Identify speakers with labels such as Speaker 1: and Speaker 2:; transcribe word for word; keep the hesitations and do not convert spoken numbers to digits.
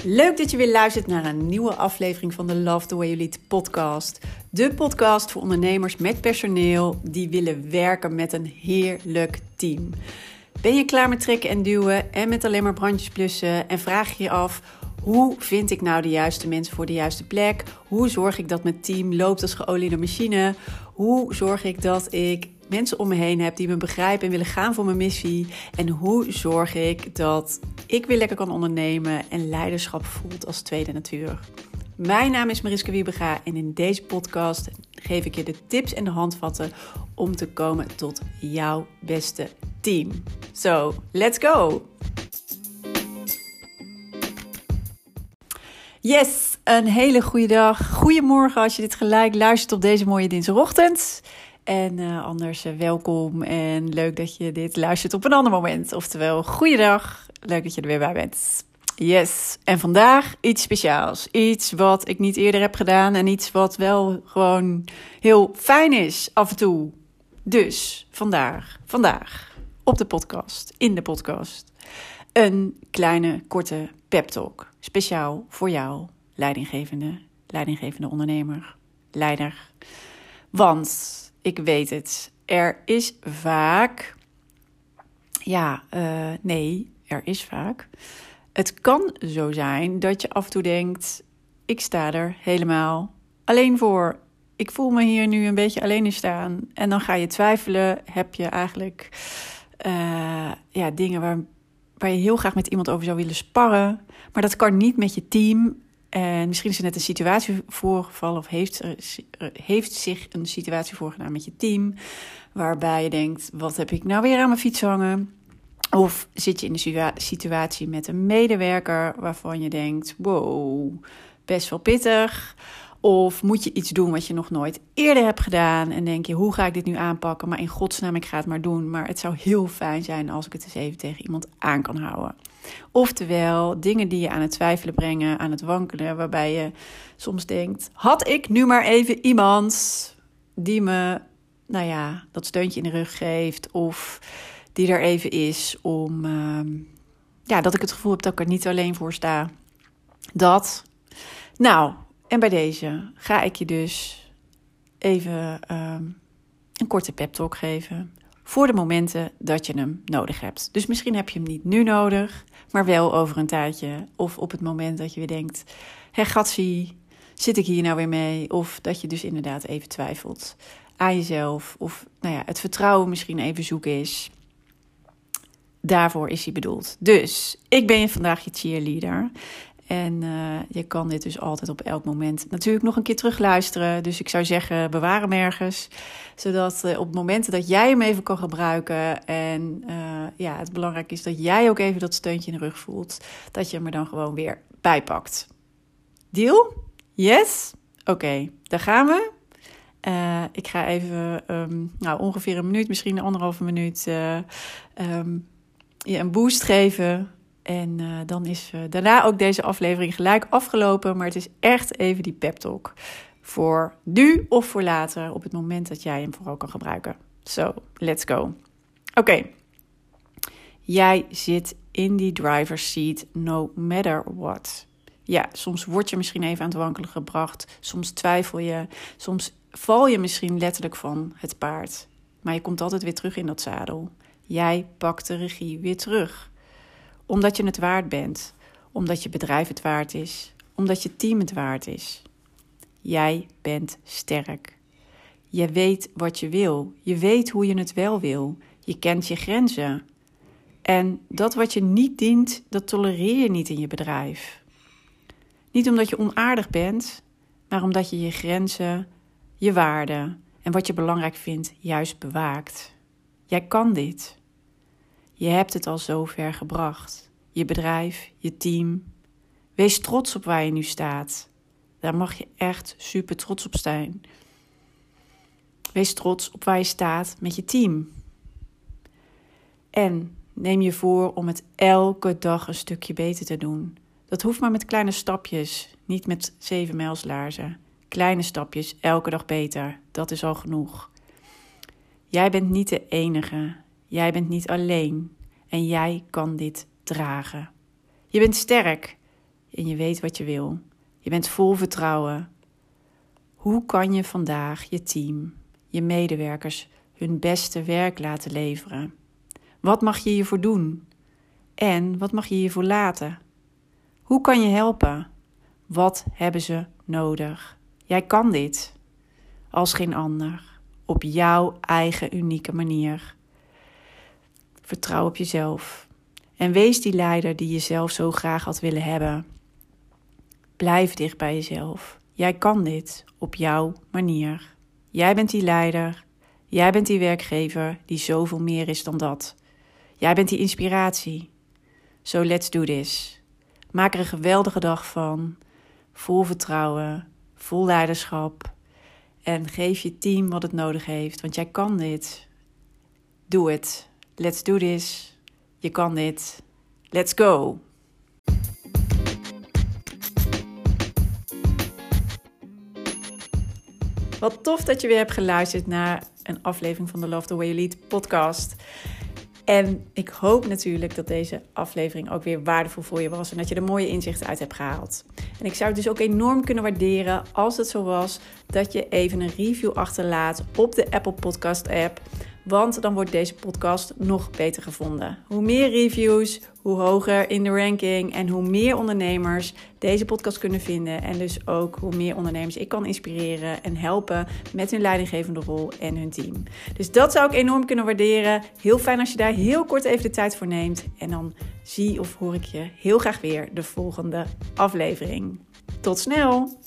Speaker 1: Leuk dat je weer luistert naar een nieuwe aflevering van de Love the Way You Lead podcast. De podcast voor ondernemers met personeel die willen werken met een heerlijk team. Ben je klaar met trekken en duwen en met alleen maar brandjes blussen en vraag je je af: hoe vind ik nou de juiste mensen voor de juiste plek? Hoe zorg ik dat mijn team loopt als geoliede machine? Hoe zorg ik dat ik mensen om me heen heb die me begrijpen en willen gaan voor mijn missie? En hoe zorg ik dat ik weer lekker kan ondernemen en leiderschap voelt als tweede natuur? Mijn naam is Mariska Wiebega en in deze podcast geef ik je de tips en de handvatten om te komen tot jouw beste team. So, let's go! Yes, een hele goede dag. Goedemorgen als je dit gelijk luistert op deze mooie dinsdagochtend. En uh, anders uh, welkom en leuk dat je dit luistert op een ander moment. Oftewel, goeiedag. Leuk dat je er weer bij bent. Yes, en vandaag iets speciaals. Iets wat ik niet eerder heb gedaan en iets wat wel gewoon heel fijn is af en toe. Dus vandaag, vandaag op de podcast, in de podcast, een kleine korte pep talk. Speciaal voor jou, leidinggevende, leidinggevende ondernemer, leider. Want ik weet het, er is vaak, ja, uh, nee, er is vaak. Het kan zo zijn dat je af en toe denkt, ik sta er helemaal alleen voor. Ik voel me hier nu een beetje alleen in staan. En dan ga je twijfelen, heb je eigenlijk uh, ja, dingen waar, waar je heel graag met iemand over zou willen sparren. Maar dat kan niet met je team. En misschien is er net een situatie voorgevallen of heeft, heeft zich een situatie voorgedaan met je team. Waarbij je denkt, wat heb ik nou weer aan mijn fiets hangen? Of zit je in de situatie met een medewerker waarvan je denkt, wow, best wel pittig. Of moet je iets doen wat je nog nooit eerder hebt gedaan en denk je, hoe ga ik dit nu aanpakken? Maar in godsnaam, ik ga het maar doen. Maar het zou heel fijn zijn als ik het eens even tegen iemand aan kan houden. Oftewel, dingen die je aan het twijfelen brengen, aan het wankelen, waarbij je soms denkt, had ik nu maar even iemand die me, nou ja, dat steuntje in de rug geeft of die er even is om, uh, ja, dat ik het gevoel heb dat ik er niet alleen voor sta. Dat. Nou, en bij deze ga ik je dus even uh, een korte pep talk geven voor de momenten dat je hem nodig hebt. Dus misschien heb je hem niet nu nodig, maar wel over een tijdje. Of op het moment dat je weer denkt, hé gatsie, zit ik hier nou weer mee? Of dat je dus inderdaad even twijfelt aan jezelf. Of nou ja, het vertrouwen misschien even zoeken is. Daarvoor is hij bedoeld. Dus ik ben je vandaag je cheerleader. En uh, je kan dit dus altijd op elk moment natuurlijk nog een keer terugluisteren. Dus ik zou zeggen, bewaar hem ergens. Zodat uh, op momenten dat jij hem even kan gebruiken. En uh, ja, het belangrijk is dat jij ook even dat steuntje in de rug voelt. Dat je hem er dan gewoon weer bij pakt. Deal? Yes? Oké, okay, daar gaan we. Uh, ik ga even um, nou, ongeveer een minuut, misschien een anderhalve minuut uh, um, je een boost geven. En uh, dan is uh, daarna ook deze aflevering gelijk afgelopen. Maar het is echt even die pep talk. Voor nu of voor later. Op het moment dat jij hem vooral kan gebruiken. So, let's go. Oké. Okay. Jij zit in die driver's seat no matter what. Ja, soms word je misschien even aan het wankelen gebracht. Soms twijfel je. Soms val je misschien letterlijk van het paard. Maar je komt altijd weer terug in dat zadel. Jij pakt de regie weer terug. Omdat je het waard bent. Omdat je bedrijf het waard is. Omdat je team het waard is. Jij bent sterk. Je weet wat je wil. Je weet hoe je het wel wil. Je kent je grenzen. En dat wat je niet dient, dat tolereer je niet in je bedrijf. Niet omdat je onaardig bent, maar omdat je je grenzen, je waarden en wat je belangrijk vindt juist bewaakt. Jij kan dit. Je hebt het al zo ver gebracht. Je bedrijf, je team. Wees trots op waar je nu staat. Daar mag je echt super trots op zijn. Wees trots op waar je staat met je team. En neem je voor om het elke dag een stukje beter te doen. Dat hoeft maar met kleine stapjes, niet met zeven mijlslaarzen. Kleine stapjes, elke dag beter. Dat is al genoeg. Jij bent niet de enige. Jij bent niet alleen. En jij kan dit dragen. Je bent sterk. en je weet wat je wil. Je bent vol vertrouwen. Hoe kan je vandaag je team, je medewerkers hun beste werk laten leveren? Wat mag je hiervoor doen? En wat mag je hiervoor laten? Hoe kan je helpen? Wat hebben ze nodig? Jij kan dit als geen ander, op jouw eigen unieke manier. Vertrouw op jezelf en wees die leider die je zelf zo graag had willen hebben. Blijf dicht bij jezelf. Jij kan dit op jouw manier. Jij bent die leider. Jij bent die werkgever die zoveel meer is dan dat. Jij bent die inspiratie. So let's do this. Maak er een geweldige dag van. Vol vertrouwen, vol leiderschap. En geef je team wat het nodig heeft, want jij kan dit. Doe het. Let's do this. Je kan dit. Let's go. Wat tof dat je weer hebt geluisterd naar een aflevering van de Love the Way You Lead podcast. En ik hoop natuurlijk dat deze aflevering ook weer waardevol voor je was en dat je er mooie inzichten uit hebt gehaald. En ik zou het dus ook enorm kunnen waarderen als het zo was dat je even een review achterlaat op de Apple Podcast app. Want dan wordt deze podcast nog beter gevonden. Hoe meer reviews, hoe hoger in de ranking en hoe meer ondernemers deze podcast kunnen vinden. En dus ook hoe meer ondernemers ik kan inspireren en helpen met hun leidinggevende rol en hun team. Dus dat zou ik enorm kunnen waarderen. Heel fijn als je daar heel kort even de tijd voor neemt. En dan zie of hoor ik je heel graag weer de volgende aflevering. Tot snel!